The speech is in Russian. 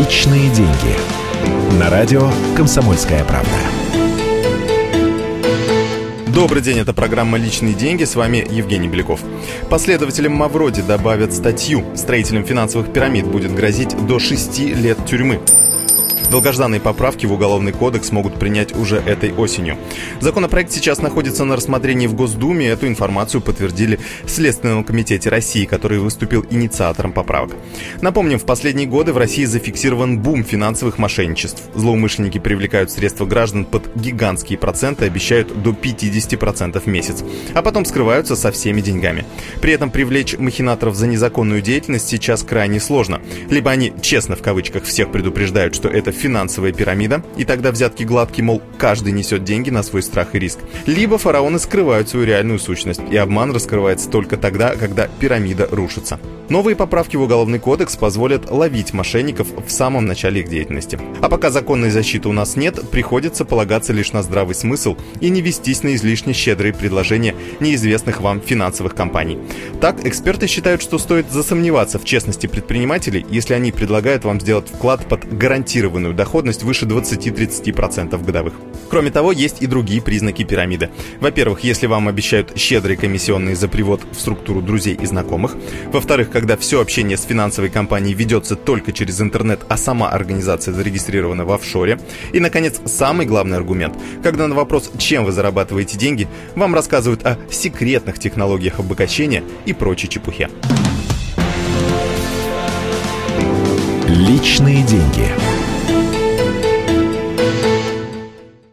Личные деньги. На радио «Комсомольская правда». Добрый день, это программа «Личные деньги», с вами Евгений Беляков. Последователям Мавроди добавят статью. Строителям финансовых пирамид будет грозить до 6 лет тюрьмы. Долгожданные поправки в Уголовный кодекс могут принять уже этой осенью. Законопроект сейчас находится на рассмотрении в Госдуме. Эту информацию подтвердили в Следственном комитете России, который выступил инициатором поправок. Напомним, в последние годы в России зафиксирован бум финансовых мошенничеств. Злоумышленники привлекают средства граждан под гигантские проценты, обещают до 50% в месяц, а потом скрываются со всеми деньгами. При этом привлечь махинаторов за незаконную деятельность сейчас крайне сложно. Либо они честно в кавычках всех предупреждают, что это финансовая пирамида, и тогда взятки гладкие, мол, каждый несет деньги на свой страх и риск. Либо фараоны скрывают свою реальную сущность, и обман раскрывается только тогда, когда пирамида рушится. Новые поправки в Уголовный кодекс позволят ловить мошенников в самом начале их деятельности. А пока законной защиты у нас нет, приходится полагаться лишь на здравый смысл и не вестись на излишне щедрые предложения неизвестных вам финансовых компаний. Так, эксперты считают, что стоит засомневаться в честности предпринимателей, если они предлагают вам сделать вклад под гарантированную доходность выше 20-30% годовых. Кроме того, есть и другие признаки пирамиды. Во-первых, если вам обещают щедрые комиссионные за привод в структуру друзей и знакомых. Во-вторых, когда все общение с финансовой компанией ведется только через интернет, а сама организация зарегистрирована в офшоре. И, наконец, самый главный аргумент, когда на вопрос, чем вы зарабатываете деньги, вам рассказывают о секретных технологиях обогащения и прочей чепухе. Личные деньги.